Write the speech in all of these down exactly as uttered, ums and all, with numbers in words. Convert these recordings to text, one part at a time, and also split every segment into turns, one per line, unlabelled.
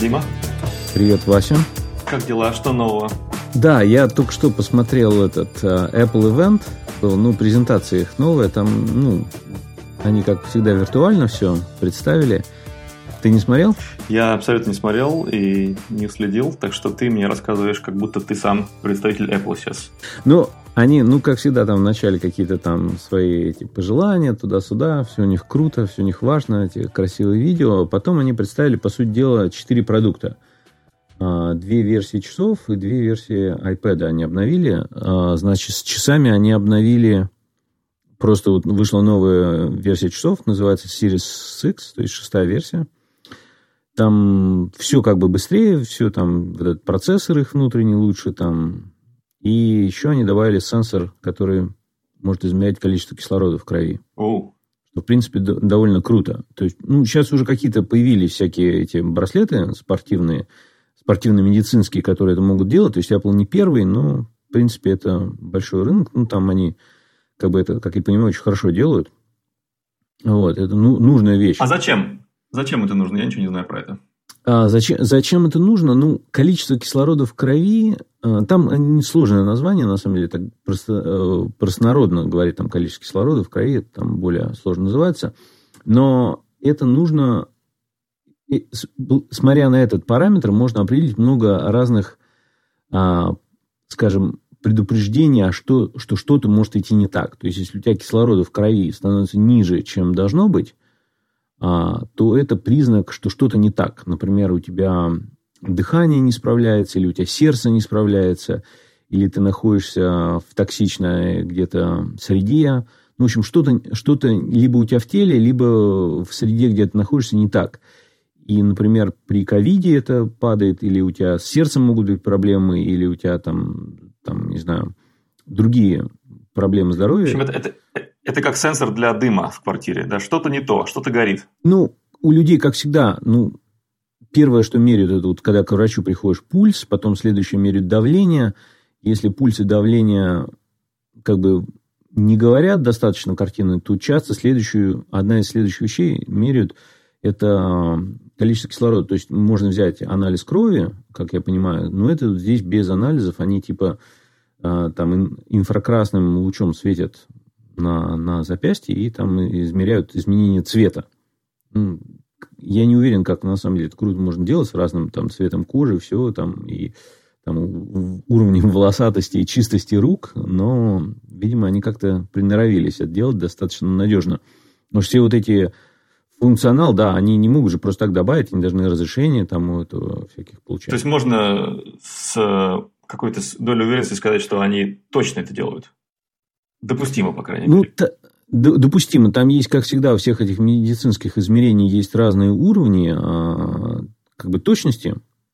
Дима.
Привет, Вася.
Как дела? Что нового?
Да, я только что посмотрел этот uh, Apple Event. Ну, презентация их новая. Там, ну, они, как всегда, виртуально все представили. Ты не смотрел?
Я абсолютно не смотрел и не следил, так что ты мне рассказываешь, как будто ты сам представитель Apple сейчас.
Ну, они, ну, как всегда, там вначале какие-то там свои эти пожелания, туда-сюда, все у них круто, все у них важно, эти красивые видео. Потом они представили, по сути дела, четыре продукта. Две версии часов и две версии iPad они обновили. Значит, с часами они обновили... Просто вот вышла новая версия часов, называется Series шесть, то есть шестая версия. Там все как бы быстрее, все там, этот процессор их внутренний лучше там. И еще они добавили сенсор, который может измерять количество кислорода в крови.
Oh.
Что, в принципе, д- довольно круто. То есть, ну, сейчас уже какие-то появились всякие эти браслеты спортивные, спортивно-медицинские, которые это могут делать. То есть, Apple не первый, но, в принципе, это большой рынок. Ну, там они, как бы это, как я понимаю, очень хорошо делают. Вот, это ну, нужная вещь.
А зачем? Зачем это нужно? Я ничего не знаю про это.
А зачем, зачем это нужно? Ну, количество кислорода в крови, там сложное название, на самом деле, так просто, простонародно говорит, там количество кислорода в крови, это там более сложно называется, но это нужно, смотря на этот параметр, можно определить много разных, скажем, предупреждений, что, что что-то может идти не так. То есть, если у тебя кислорода в крови становится ниже, чем должно быть, то это признак, что что-то не так. Например, у тебя дыхание не справляется, или у тебя сердце не справляется, или ты находишься в токсичной где-то среде. Ну, в общем, что-то, что-то либо у тебя в теле, либо в среде, где ты находишься, не так. И, например, при ковиде это падает, или у тебя с сердцем могут быть проблемы, или у тебя там, там не знаю, другие проблемы здоровья.
В общем, это... это... Это как сенсор для дыма в квартире, да? Что-то не то, что-то горит.
Ну, у людей, как всегда, ну, первое, что меряют, это вот когда к врачу приходишь, пульс, потом следующее меряют давление. Если пульс и давление как бы не говорят достаточно картины, то часто следующую, одна из следующих вещей меряют это количество кислорода. То есть, можно взять анализ крови, как я понимаю, но это вот здесь без анализов, они типа там инфракрасным лучом светят на, на запястье и там измеряют изменение цвета. Я не уверен, как на самом деле это круто можно делать с разным там цветом кожи, все там, и там, уровнем волосатости и чистости рук, но, видимо, они как-то приноровились это делать достаточно надежно. Потому что все вот эти функционал, да, они не могут же просто так добавить, они должны разрешение там у этого всяких получать.
То есть, можно с какой-то долей уверенности сказать, что они точно это делают? Допустимо, по крайней мере.
Ну, т- допустимо. Там есть, как всегда, у всех этих медицинских измерений есть разные уровни а, как бы точности.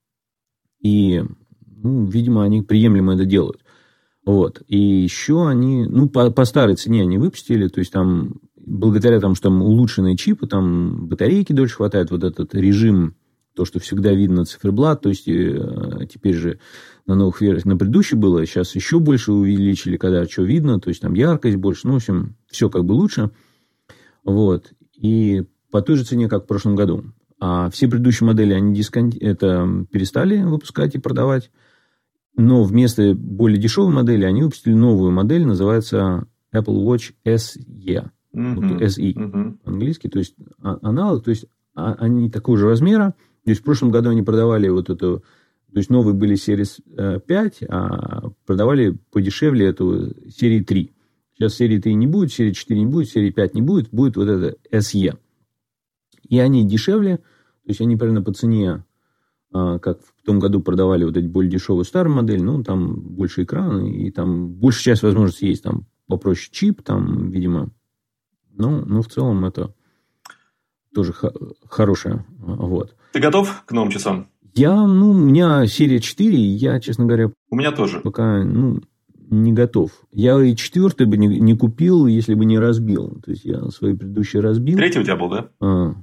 И, ну, видимо, они приемлемо это делают. Вот. И еще они, ну, по, по старой цене они выпустили. То есть, там, благодаря тому, что там улучшенные чипы, там батарейки дольше хватает, вот этот режим, то, что всегда видно циферблат, то есть, э, теперь же на новых версиях, на предыдущей было, сейчас еще больше увеличили, когда что видно, то есть, там яркость больше, ну, в общем, все как бы лучше. Вот. И по той же цене, как в прошлом году. А все предыдущие модели, они дисконти... это перестали выпускать и продавать. Но вместо более дешевой модели, они выпустили новую модель, называется Apple Watch эс и.
Mm-hmm.
эс и
Mm-hmm.
английский, то есть, аналог, то есть, они такого же размера. То есть, в прошлом году они продавали вот эту... То есть, новые были серии пять, а продавали подешевле эту серии три. Сейчас серии три не будет, серии четыре не будет, серии пять не будет. Будет вот это эс и. И они дешевле. То есть, они примерно по цене, как в том году продавали вот эти более дешевую старую модель. Ну, там больше экрана. И там больше часть возможностей есть. Там попроще чип, там, видимо. Ну, ну в целом, это тоже х- хорошее. Вот.
Ты готов к новым часам?
Я, ну, у меня серия четыре, я, честно говоря...
У меня тоже.
Пока, ну, не готов. Я и четвертый бы не, не купил, если бы не разбил. То есть, я свои предыдущие разбил.
Третий у тебя был, да?
А,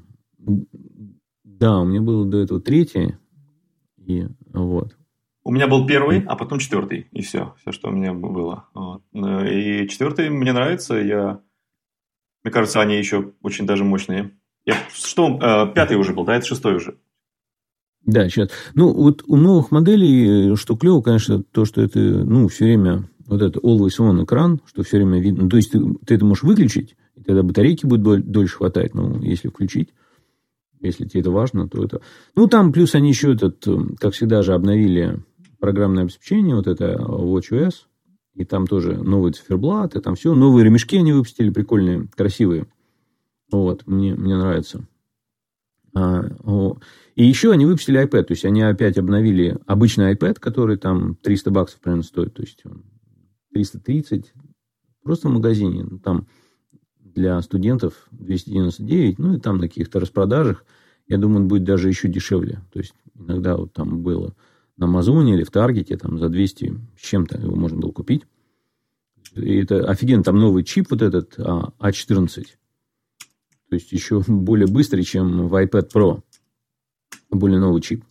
да, у меня было до этого третий. И вот.
У меня был первый, а потом четвертый. И все. Все, что у меня было. Вот. И четвертый мне нравится. Я... Мне кажется, они еще очень даже мощные. Я... Что? Пятый уже был, да? Это шестой уже.
Да, сейчас. Ну, вот у новых моделей, что клево, конечно, то, что это, ну, все время вот это always on экран, что все время видно. То есть, ты, ты это можешь выключить, и тогда батарейки будет дольше хватать. Ну, если включить, если тебе это важно, то это... Ну, там плюс они еще этот, как всегда же, обновили программное обеспечение, вот это WatchOS, и там тоже новый циферблат, и там все. Новые ремешки они выпустили, прикольные, красивые. Вот, мне, мне нравится. А, о. И еще они выпустили iPad, то есть они опять обновили обычный iPad, который там триста баксов примерно стоит, то есть триста тридцать, просто в магазине, там для студентов двести девяносто девять, ну и там на каких-то распродажах, я думаю, он будет даже еще дешевле, то есть иногда вот там было на Амазоне или в Таргете, там за двести с чем-то его можно было купить, и это офигенно, там новый чип вот этот а четырнадцать, то есть еще более быстрый, чем в iPad Pro. Более новый чип.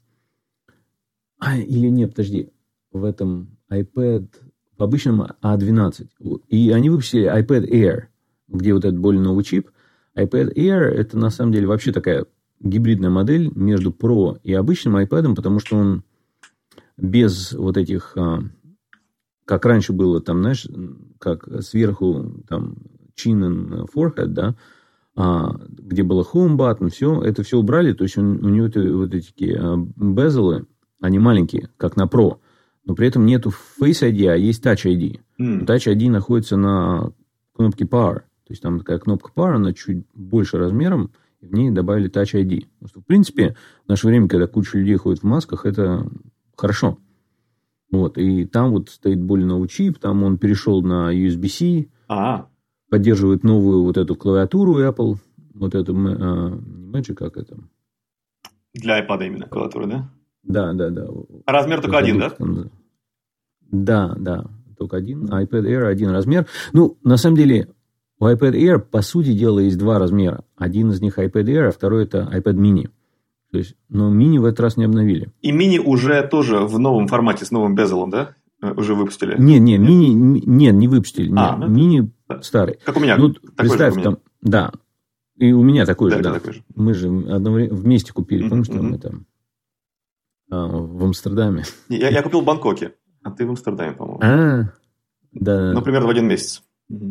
А, или нет, подожди. В этом iPad... В обычном а двенадцать. И они выпустили iPad Air, где вот этот более новый чип. iPad Air это на самом деле вообще такая гибридная модель между Pro и обычным iPad, потому что он без вот этих... Как раньше было, там, знаешь, как сверху там chin and forehead, да, где было home button, все, это все убрали, то есть он, у него это, вот эти безелы, они маленькие, как на Pro, но при этом нету Face ай ди, а есть Touch ай ди. Mm. Touch ай ди находится на кнопке Power, то есть там такая кнопка Power, она чуть больше размером, и в ней добавили Touch ай ди. Потому что, в принципе, в наше время, когда куча людей ходит в масках, это хорошо. Вот, и там вот стоит более новый чип, там он перешел на ю эс би-C,
А-а.
поддерживает новую вот эту клавиатуру Apple, вот эту, а, не Magic, как это?
Для iPad именно клавиатура, да?
Да, да, да.
А размер только один, да?
Там... Да, да, только один. iPad Air один размер. Ну, на самом деле, у iPad Air, по сути дела, есть два размера. Один из них iPad Air, а второй это iPad mini. То есть, но mini в этот раз не обновили.
И mini уже тоже в новом формате, с новым безелом, да? Уже выпустили?
Не, не, мини, нет, не выпустили.
А,
нет,
ну,
мини старый.
Как у меня.
Ну,
такой
представь,
же
там, да. И у меня такой
да,
же, да.
Такой же.
Мы же одновременно вместе купили,
Mm-hmm.
помнишь, там мы там а, в Амстердаме.
Я, я купил в Бангкоке, а ты в Амстердаме, по-моему.
А, да.
Ну, примерно в один месяц. Mm-hmm.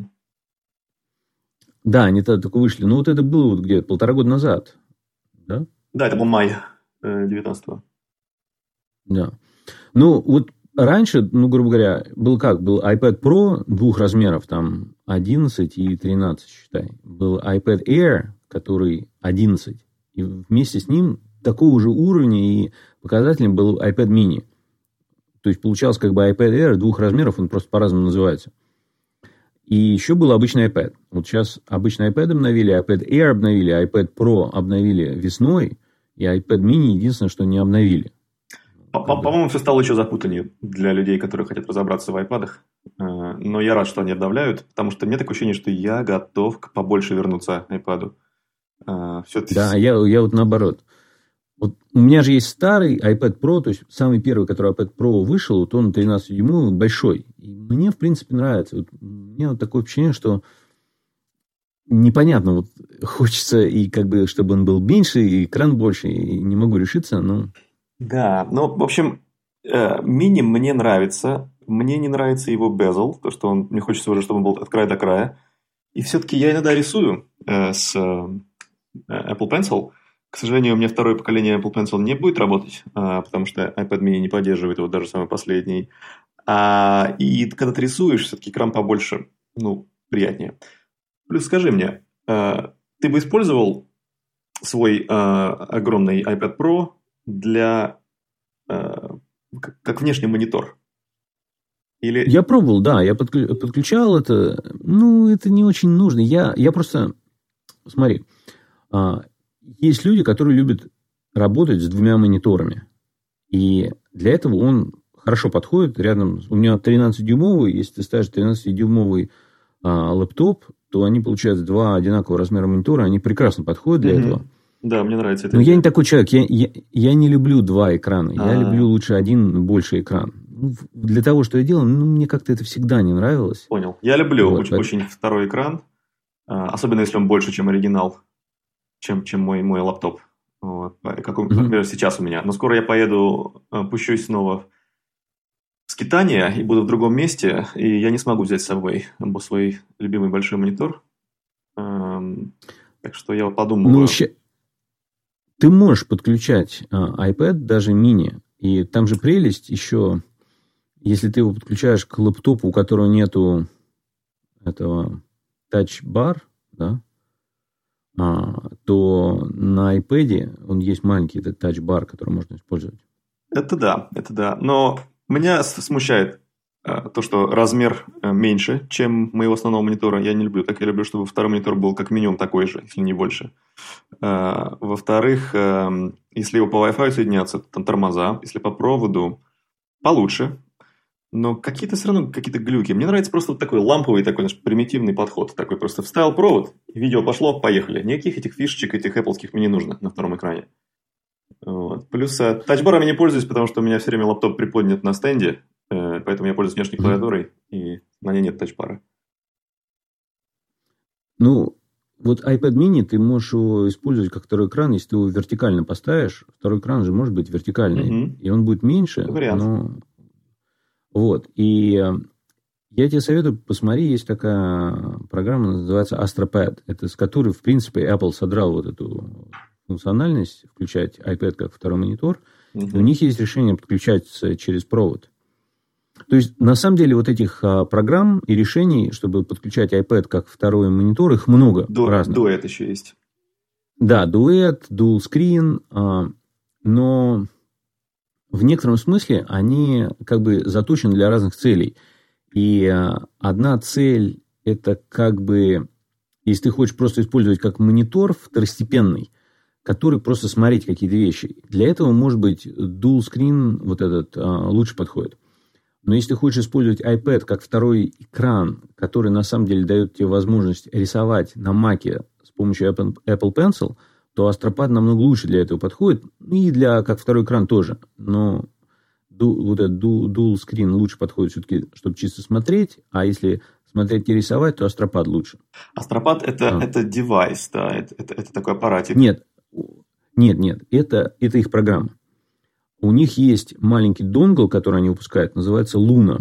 Да, они тогда только вышли. Ну, вот это было вот где-то полтора года назад. Да?
Да, это был май девятнадцатого.
Да. Ну, вот раньше, ну, грубо говоря, был как? Был iPad Pro двух размеров, там одиннадцать и тринадцать, считай. Был iPad Air, который одиннадцать. И вместе с ним такого же уровня и показателем был iPad mini. То есть, получалось как бы iPad Air двух размеров, он просто по-разному называется. И еще был обычный iPad. Вот сейчас обычный iPad обновили, iPad Air обновили, iPad Pro обновили весной, и iPad mini единственное, что не обновили.
По-моему, все стало еще запутаннее для людей, которые хотят разобраться в айпадах. Но я рад, что они обновляют, потому что мне такое ощущение, что я готов побольше вернуться к айпаду. Все-таки...
Да, я, я вот наоборот. Вот у меня же есть старый iPad Pro, то есть самый первый, который iPad Pro вышел, вот он тринадцатидюймовый, большой. И мне, в принципе, нравится. Вот у меня вот такое ощущение, что непонятно, вот хочется, и как бы, чтобы он был меньше, и экран больше, и не могу решиться, но...
Да, ну, в общем, э, мини мне нравится. Мне не нравится его безел, то, что он, мне хочется уже, чтобы он был от края до края. И все-таки я иногда рисую э, с э, Apple Pencil. К сожалению, у меня второе поколение Apple Pencil не будет работать, э, потому что iPad mini не поддерживает его, даже самый последний. А, и когда ты рисуешь, все-таки экран побольше, ну, приятнее. Плюс скажи мне, э, ты бы использовал свой э, огромный iPad Pro для э, как, как внешний монитор? Или...
Я пробовал, да, я подключал это. Ну, это не очень нужно. Я, я просто... Смотри, есть люди, которые любят работать с двумя мониторами. И для этого он хорошо подходит. Рядом... У меня тринадцатидюймовый. Если ты ставишь тринадцатидюймовый а, лэптоп, то они получают два одинакового размера монитора. Они прекрасно подходят для mm-hmm. этого.
Да, мне нравится это.
Но я не такой человек. Я, я, я не люблю два экрана.
А-а-а.
Я люблю лучше один больший экран. Для того, что я делал, ну, мне как-то это всегда не нравилось.
Понял. Я люблю
вот,
очень,
так...
очень второй экран. Особенно, если он больше, чем оригинал. Чем, чем мой, мой лаптоп. Вот, как, например, сейчас у меня. Но скоро я поеду, пущусь снова в скитание и буду в другом месте, и я не смогу взять с собой свой любимый большой монитор. Так что я подумываю.
Ну, щ... Ты можешь подключать а, iPad, даже мини, и там же прелесть еще, если ты его подключаешь к лэптопу, у которого нету этого тач-бар, да, а, то на iPad он есть маленький этот тач-бар, который можно использовать.
Это да, это да. Но меня смущает а, то, что размер а, меньше, чем моего основного монитора. Я не люблю так. Я люблю, чтобы второй монитор был как минимум такой же, если не больше. А, во-вторых, а, если его по Wi-Fi соединяться, то там тормоза. Если по проводу, получше. Но какие-то все равно какие-то глюки. Мне нравится просто вот такой ламповый, такой наш примитивный подход. Такой просто вставил провод, видео пошло, поехали. Никаких этих фишечек, этих Apple'ских мне не нужно на втором экране. Вот. Плюс а, тачбарами не пользуюсь, потому что у меня все время лаптоп приподнят на стенде. Э, поэтому я пользуюсь внешней клавиатурой, и на ней нет тачбара.
Ну, вот iPad mini ты можешь его использовать как второй экран, если ты его вертикально поставишь. Второй экран же может быть вертикальный. Mm-hmm. И он будет меньше.
Вариант.
Но... Вот. И я тебе советую, посмотри, есть такая программа, называется AstroPad. Это с которой, в принципе, Apple содрал вот эту функциональность, включать iPad как второй монитор. Mm-hmm. И у них есть решение подключаться через провод. То есть, на самом деле, вот этих а, программ и решений, чтобы подключать iPad как второй монитор, их много
Ду-
разных.
Дуэт еще есть.
Да, дуэт, dual screen, а, но в некотором смысле они как бы заточены для разных целей. И а, одна цель – это как бы, если ты хочешь просто использовать как монитор второстепенный, который просто смотреть какие-то вещи. Для этого, может быть, dual screen вот этот а, лучше подходит. Но если ты хочешь использовать iPad как второй экран, который на самом деле дает тебе возможность рисовать на Mac'е с помощью Apple Pencil, то AstroPad намного лучше для этого подходит. И для как второй экран тоже. Но вот этот dual screen лучше подходит все-таки, чтобы чисто смотреть. А если смотреть и рисовать, то AstroPad лучше.
AstroPad это, а. это девайс, да? Это, это, это такой аппаратик.
Нет, нет, нет. Это, это их программа. У них есть маленький донгл, который они выпускают, называется Luna.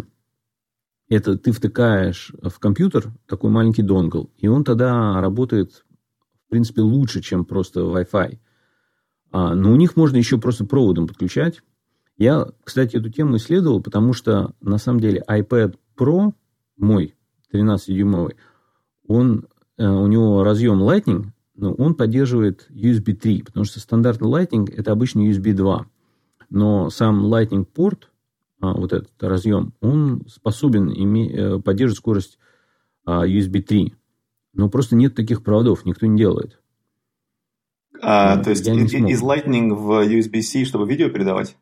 Это ты втыкаешь в компьютер такой маленький донгл, и он тогда работает, в принципе, лучше, чем просто Wi-Fi. А, но у них можно еще просто проводом подключать. Я, кстати, эту тему исследовал, потому что, на самом деле, iPad Pro, мой тринадцатидюймовый, он, у него разъем Lightning, но он поддерживает ю эс би три, потому что стандартный Lightning – это обычный ю эс би два. Но сам Lightning порт, вот этот разъем, он способен иметь, поддерживать скорость ю эс би три. Но просто нет таких проводов, никто не делает.
А, то есть из, из Lightning в ю эс би-C, чтобы видео передавать?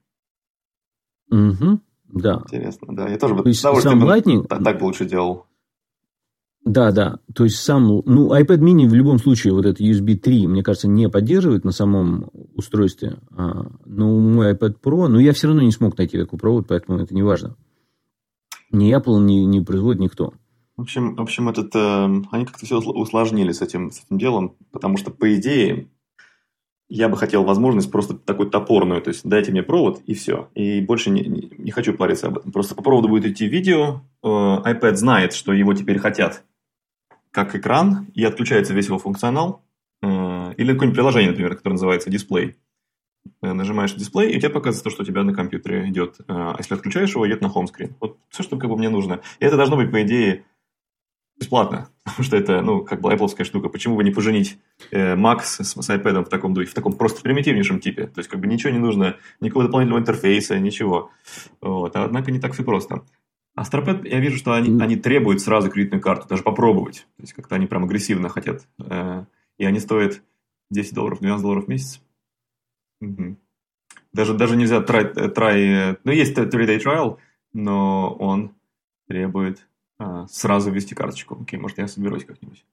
Угу, да.
Интересно, да. Я тоже бы
то есть сам Lightning...
так, так бы лучше делал.
Да, да. То есть сам... Ну, iPad mini в любом случае вот это ю эс би три, мне кажется, не поддерживает на самом устройстве. А, но мой iPad Pro... Но я все равно не смог найти такой провод, поэтому это не важно. Ни Apple, ни, ни производит никто.
В общем, в общем этот, э, они как-то все усложнили с этим, с этим делом, потому что, по идее, я бы хотел возможность просто такую топорную, то есть дайте мне провод и все. И больше не, не, не хочу париться об этом. Просто по проводу будет идти видео, э, iPad знает, что его теперь хотят как экран, и отключается весь его функционал. Э, или какое-нибудь приложение, например, которое называется дисплей. Э, нажимаешь дисплей, и у тебя показывается то, что у тебя на компьютере идет. Э, а если отключаешь его, идет на хоум-скрин. Вот все, что как бы мне нужно. И это должно быть, по идее, бесплатно, потому что это, ну, как бы Apple-ская штука. Почему бы не поженить э, Mac с, с iPad в таком духе, в таком просто примитивнейшем типе? То есть, как бы ничего не нужно, никакого дополнительного интерфейса, ничего. Вот. А, однако не так все просто. AstroPad, я вижу, что они, mm. они требуют сразу кредитную карту, даже попробовать. То есть, как-то они прям агрессивно хотят. Э, и они стоят десять долларов, двенадцать долларов в месяц. Угу. Даже, даже нельзя try, try... Ну, есть три-day trial, но он требует а, сразу ввести карточку. Окей, может, я соберусь как-нибудь.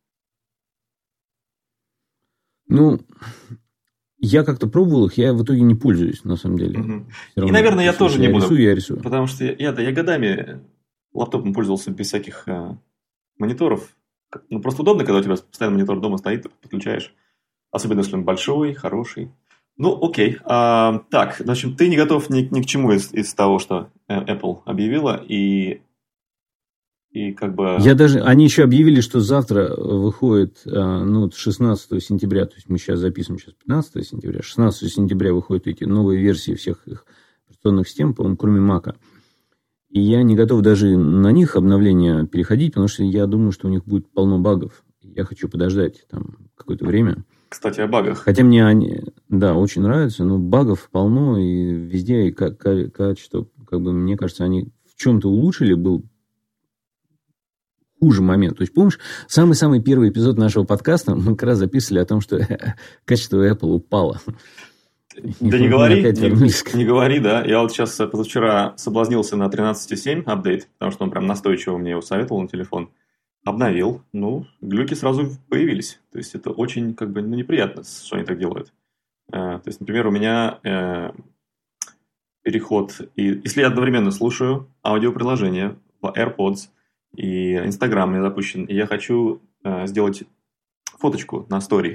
Ну, я как-то пробовал их, я в итоге не пользуюсь, на самом деле.
Угу. И, наверное, я тоже
я
не буду.
Рисую, я рисую.
Потому что я, я, я годами лаптопом пользовался без всяких а, мониторов. Ну, просто удобно, когда у тебя постоянно монитор дома стоит, ты подключаешь. Особенно, если он большой, хороший. Ну, окей. А, так, значит, ты не готов ни, ни к чему из, из того, что Apple объявила, и, и как бы...
Я даже... Они еще объявили, что завтра выходит, ну, шестнадцатого сентября, то есть мы сейчас записываем сейчас пятнадцатого сентября, шестнадцатого сентября выходят эти новые версии всех их операционных систем, по-моему, кроме Mac. И я не готов даже на них обновления переходить, потому что я думаю, что у них будет полно багов. Я хочу подождать там какое-то время.
Кстати, о багах.
Хотя мне они, да, очень нравятся, но багов полно, и везде, и качество, как бы, мне кажется, они в чем-то улучшили, был хуже момент. То есть, помнишь, самый-самый первый эпизод нашего подкаста мы как раз записывали о том, что качество Apple упало.
Да не говори, не, не говори, да. Я вот сейчас позавчера соблазнился на тринадцать точка семь апдейт, потому что он прям настойчиво мне его советовал на телефон. Обновил, ну, глюки сразу появились. То есть, это очень, как бы, ну, неприятно, что они так делают. То есть, например, у меня э, переход... И, если я одновременно слушаю аудиоприложение в AirPods, и Instagram у меня запущен, и я хочу э, сделать фоточку на стори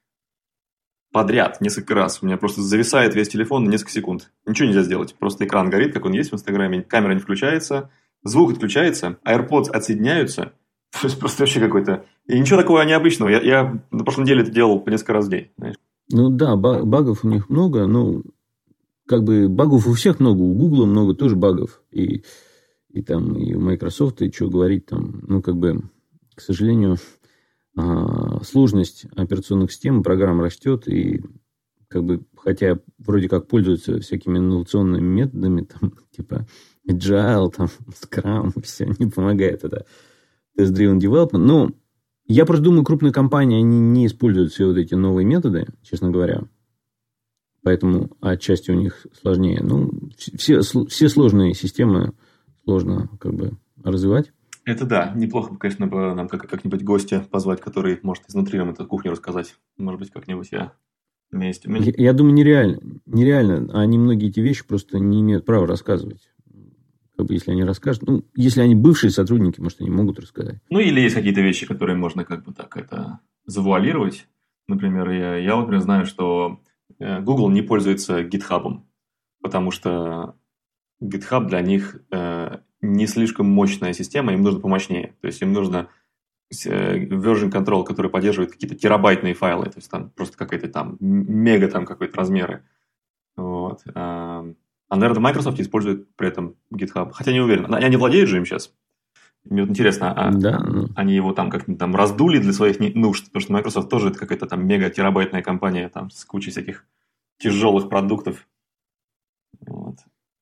подряд, несколько раз. У меня просто зависает весь телефон на несколько секунд. Ничего нельзя сделать. Просто экран горит, как он есть в Инстаграме, камера не включается, звук отключается, AirPods отсоединяются. То есть, просто вообще какой-то... И ничего такого необычного. Я, я на прошлой неделе это делал по несколько раз в день. Знаешь?
Ну да, багов у них много. Ну, как бы багов у всех много. У Google много тоже багов. И, и там и у Microsoft, и что говорить там. Ну, как бы, к сожалению, сложность операционных систем, программ растет. И как бы, хотя вроде как пользуются всякими инновационными методами, там, типа Agile, там, Scrum, все не помогает это. Test-driven development. Но я просто думаю, крупные компании, они не используют все вот эти новые методы, честно говоря. Поэтому отчасти у них сложнее. Ну, все, все сложные системы сложно как бы развивать.
Это да. Неплохо бы, конечно, бы нам как- как-нибудь гостя позвать, который может изнутри нам эту кухню рассказать. Может быть, как-нибудь я вместе.
Я, я думаю, нереально. Нереально. Они многие эти вещи просто не имеют права рассказывать. Как бы, если они расскажут. Ну, если они бывшие сотрудники, может, они могут рассказать.
Ну, или есть какие-то вещи, которые можно как бы так это завуалировать. Например, я, я, например, знаю, что Google не пользуется GitHub, потому что GitHub для них э, не слишком мощная система, им нужно помощнее. То есть, им нужно version control, который поддерживает какие-то терабайтные файлы. То есть, там просто какие-то там мега там какой-то размеры. Вот. А, наверное, Microsoft использует при этом GitHub. Хотя не уверен. Они владеют же им сейчас. Мне вот интересно, а
да, ну...
они его там как-нибудь там раздули для своих нужд? Потому что Microsoft тоже это какая-то там мега-терабайтная компания там, с кучей всяких тяжелых продуктов. Вот.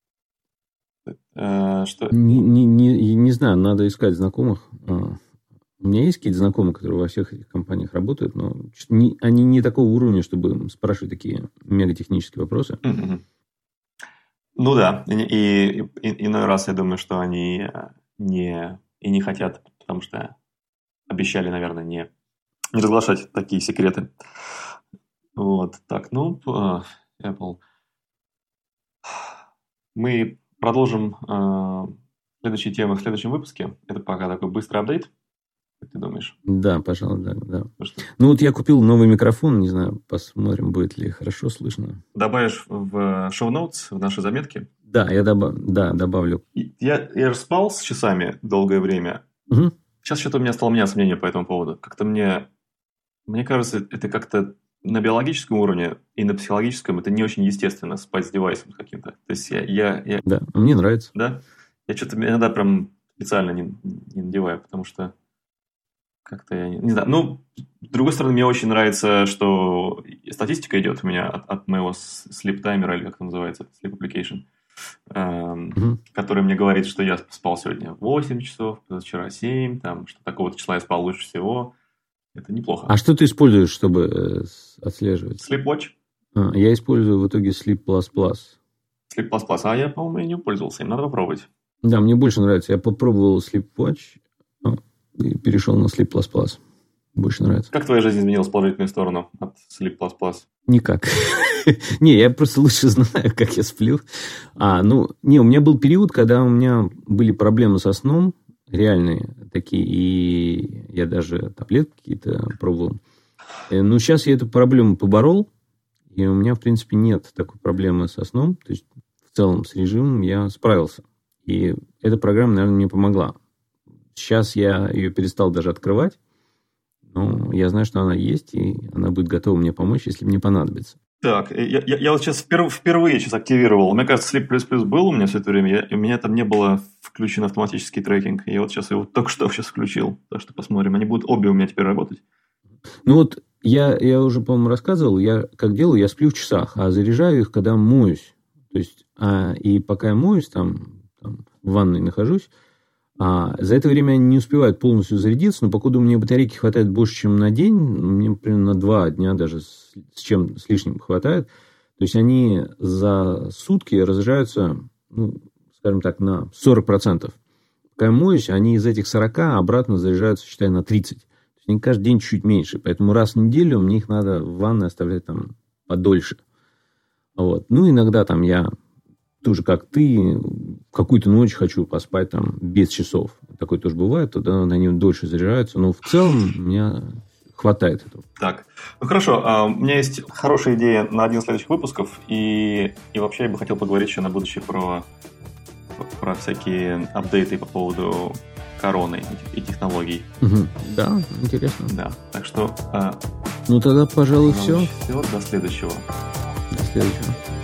А, что...
Не, не, не, не знаю, надо искать знакомых. У меня есть какие-то знакомые, которые во всех этих компаниях работают, но не, они не такого уровня, чтобы спрашивать такие мегатехнические вопросы.
Mm-hmm. Ну да, и, и, и иной раз я думаю, что они не, и не хотят, потому что обещали, наверное, не, не разглашать такие секреты. Вот, так, ну, Apple. Мы продолжим э, следующие темы в следующем выпуске. Это пока такой быстрый апдейт. Как ты думаешь?
Да, пожалуй, да. да. Ну, вот я купил новый микрофон, не знаю, посмотрим, будет ли хорошо слышно.
Добавишь в шоу-ноутс, в наши заметки?
Да, я добав... да, добавлю.
Я, я же спал с часами долгое время.
Угу.
Сейчас что-то у меня стало меняться мнение по этому поводу. Как-то мне... Мне кажется, это как-то на биологическом уровне и на психологическом это не очень естественно спать с девайсом каким-то. То есть я... я, я...
Да, мне нравится.
Да? Я что-то иногда прям специально не, не надеваю, потому что как-то я не, не знаю. Ну, с другой стороны, мне очень нравится, что статистика идет у меня от, от моего sleep-таймера, или как это называется, sleep application, эм,
угу.
который мне говорит, что я спал сегодня восемь часов, позавчера семь, там, что такого-то числа я спал лучше всего. Это неплохо.
А что ты используешь, чтобы отслеживать?
Sleepwatch.
А, я использую в итоге Sleep++.
Sleep++. А я, по-моему, и не пользовался. Им надо попробовать.
Да, мне больше нравится. Я попробовал Sleepwatch и перешел на Sleep++. Больше нравится.
Как твоя жизнь изменилась в положительную сторону от Sleep++?
Никак. Не, я просто лучше знаю, как я сплю. А, ну, не, у меня был период, когда у меня были проблемы со сном, реальные такие, и я даже таблетки какие-то пробовал. Но сейчас я эту проблему поборол, И у меня, в принципе, нет такой проблемы со сном. То есть, в целом, с режимом я справился. И эта программа, наверное, мне помогла. Сейчас я ее перестал даже открывать. Но я знаю, что она есть, и она будет готова мне помочь, если мне понадобится.
Так, я, я, я вот сейчас вперв, впервые сейчас активировал. Мне кажется, Sleep++ был у меня все это время, я, и у меня там не было включен автоматический трекинг. И вот сейчас его только что сейчас включил. Так что посмотрим. Они будут обе у меня теперь работать.
Ну вот я, я уже, по-моему, рассказывал, я как делаю, я сплю в часах, а заряжаю их, когда моюсь. То есть, а, и пока я моюсь, там, там в ванной нахожусь, а за это время они не успевают полностью зарядиться, но походу мне батарейки хватает больше, чем на день, мне примерно на два дня даже с, с чем с лишним хватает. То есть они за сутки разряжаются, ну, скажем так, на сорок процентов. Пока я моюсь, они из этих сорока обратно заряжаются, считай, на тридцать. То есть они каждый день чуть меньше. Поэтому раз в неделю мне их надо в ванной оставлять там подольше. Вот. Ну, иногда там я тоже как ты, какую-то ночь хочу поспать там без часов. Такое тоже бывает, тогда они дольше заряжаются. Но в целом у меня хватает этого.
Так, ну хорошо. У меня есть хорошая идея на один из следующих выпусков. И, и вообще я бы хотел поговорить еще на будущее про, про всякие апдейты по поводу короны и технологий.
Угу. Да, интересно.
Да, так что...
Ну тогда, пожалуй, все.
Все, до следующего.
До следующего.